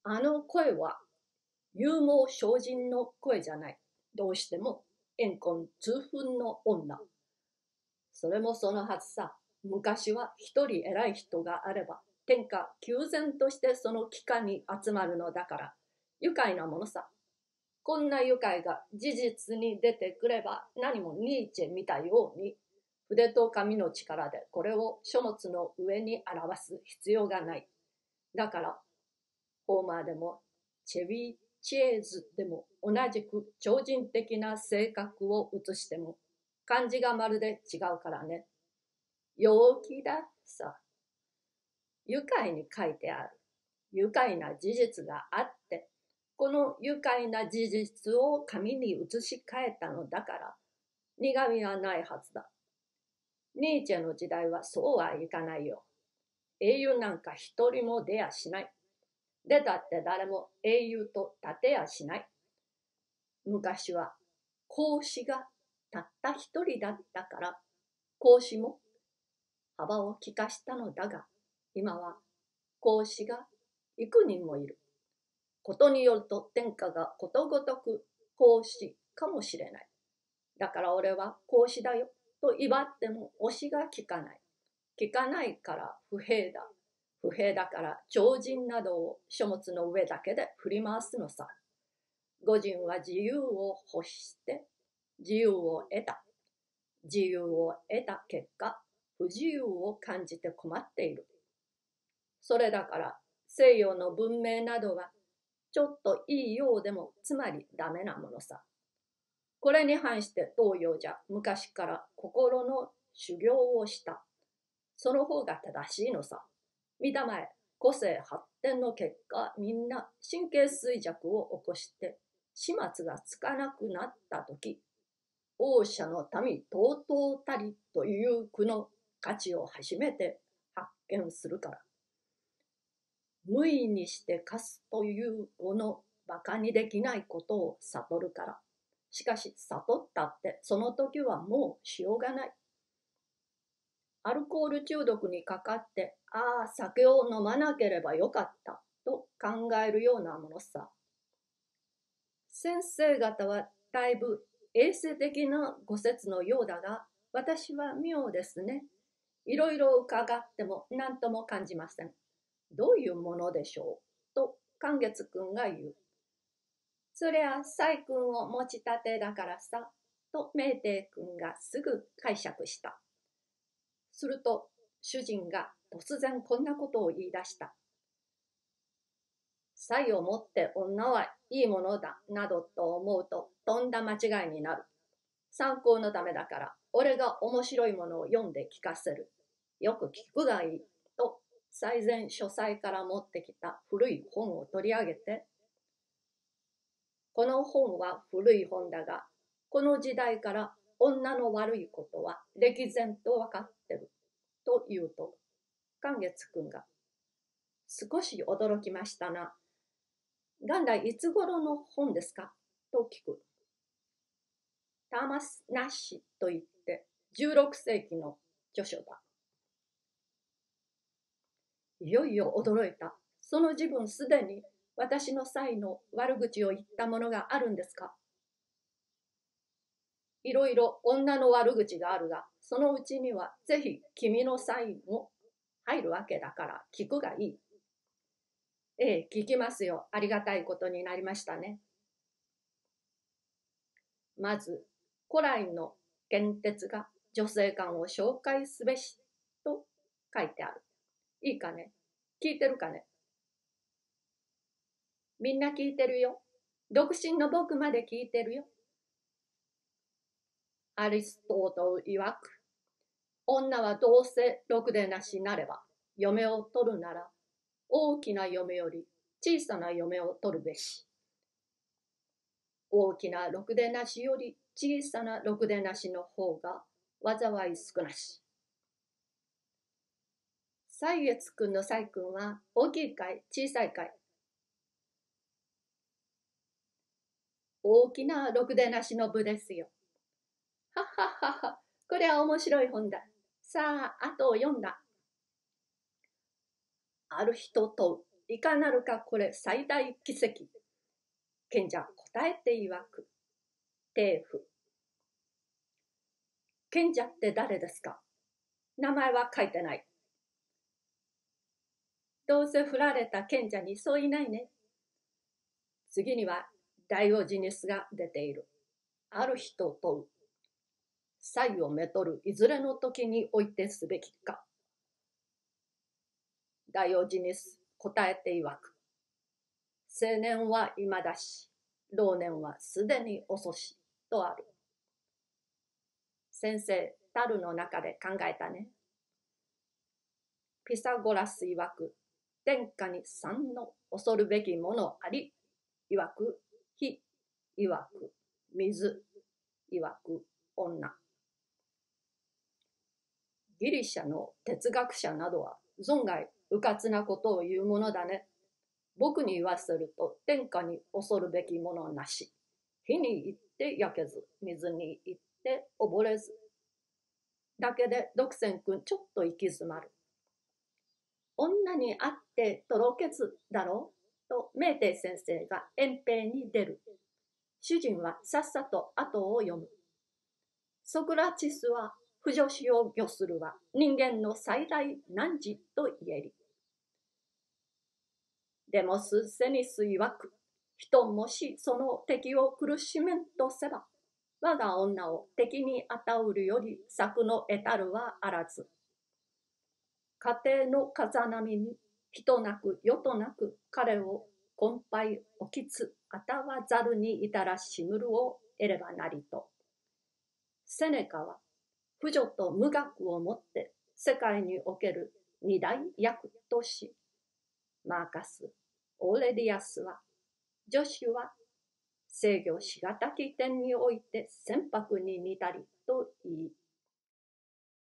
あの声は勇猛精進の声じゃない。どうしても怨恨痛憤の女。それもそのはずさ。昔は一人偉い人があれば、天下休然としてその帰化に集まるのだから、愉快なものさ。こんな愉快が事実に出てくれば、何もニーチェ見たように、筆と紙の力でこれを書物の上に表す必要がない。だから、ホーマーでもチェビー・チェーズでも同じく超人的な性格を写しても、漢字がまるで違うからね。陽気ださ。愉快に書いてある。愉快な事実があって、この愉快な事実を紙に移し替えたのだから、苦みはないはずだ。ニーチェの時代はそうはいかないよ。英雄なんか一人も出やしない。出たって誰も英雄と立てやしない。昔は孔子がたった一人だったから、孔子も幅を利かしたのだが、今は孔子が幾人もいる。ことによると天下がことごとく孔子かもしれない。だから俺は孔子だよと威張っても推しが聞かない。聞かないから不平だ。不平だから超人などを書物の上だけで振り回すのさ。御人は自由を欲して自由を得た。自由を得た結果、不自由を感じて困っている。それだから西洋の文明などはちょっといいようでもつまりダメなものさ。これに反して東洋じゃ昔から心の修行をした。その方が正しいのさ。見たまえ、個性発展の結果、みんな神経衰弱を起こして始末がつかなくなったとき、王者の民とうとうたりという句の価値を初めて発見するから。無意にして課すというこの馬鹿にできないことを悟るから。しかし悟ったってその時はもうしようがない。アルコール中毒にかかって、ああ酒を飲まなければよかったと考えるようなものさ。先生方はだいぶ衛生的なご説のようだが、私は妙ですね。いろいろ伺っても何とも感じません。どういうものでしょうと寛月君が言う。そりゃ細君を持ちたてだからさと明帝君がすぐ解釈した。すると主人が突然こんなことを言い出した。才をもって女はいいものだなどと思うととんだ間違いになる。参考のためだから俺が面白いものを読んで聞かせる。よく聞くがいいと最前書斎から持ってきた古い本を取り上げて、この本は古い本だが、この時代から女の悪いことは歴然と分かってると言うと、寛月君が少し驚きましたな。元来いつ頃の本ですかと聞く。ターマス・ナッシュといって16世紀の著書だ。いよいよ驚いた。その自分すでに私の才の悪口を言ったものがあるんですか。いろいろ女の悪口があるが、そのうちにはぜひ君の才も入るわけだから聞くがいい。ええ、聞きますよ。ありがたいことになりましたね。まず、古来の剣鉄が女性観を紹介すべしと書いてある。いいかね。聞いてるかね。みんな聞いてるよ。独身の僕まで聞いてるよ。アリストートル曰く、女はどうせろくでなしなれば、嫁を取るなら、大きな嫁より小さな嫁を取るべし。大きなろくでなしより小さなろくでなしの方が災い少なし。歳月くんの歳くんは大きいかい小さいかい。大きなろくでなしの部ですよ。はっはっはっは、これは面白い本だ。さあ、あとを読んだ。ある人といかなるかこれ最大奇跡。賢者答えて曰く。帝父。賢者って誰ですか？名前は書いてない。どうせ振られた賢者にそういないね。次にはダイオジニスが出ている。ある人問う。才をめとるいずれの時においてすべきか。ダイオジニス答えて曰く。青年は今だし、老年はすでに遅しとある。先生、樽の中で考えたね。ピサゴラス曰く、天下に三の恐るべきものあり、曰く火、曰く水、曰く女。ギリシャの哲学者などは存外うかつなことを言うものだね。僕に言わせると天下に恐るべきものなし。火に行って焼けず、水に行って溺れず。だけで独占君ちょっと行き詰まる。女に会ってとろけずだろうとメーテイ先生が遠平に出る。主人はさっさと後を読む。ソクラチスは不女子を御するは人間の最大難事と言えり。デモス・セニス曰く、人もしその敵を苦しめんとせば、我が女を敵にあたうるより策の得たるはあらず。家庭の風波に人なく世となく彼を困憊起きつあたわざるにいたらしむるを得ればなりと。セネカは婦女と無学をもって世界における二大役とし、マーカス、オーレリアスは、女子は制御しがたき点において船舶に似たりと言い、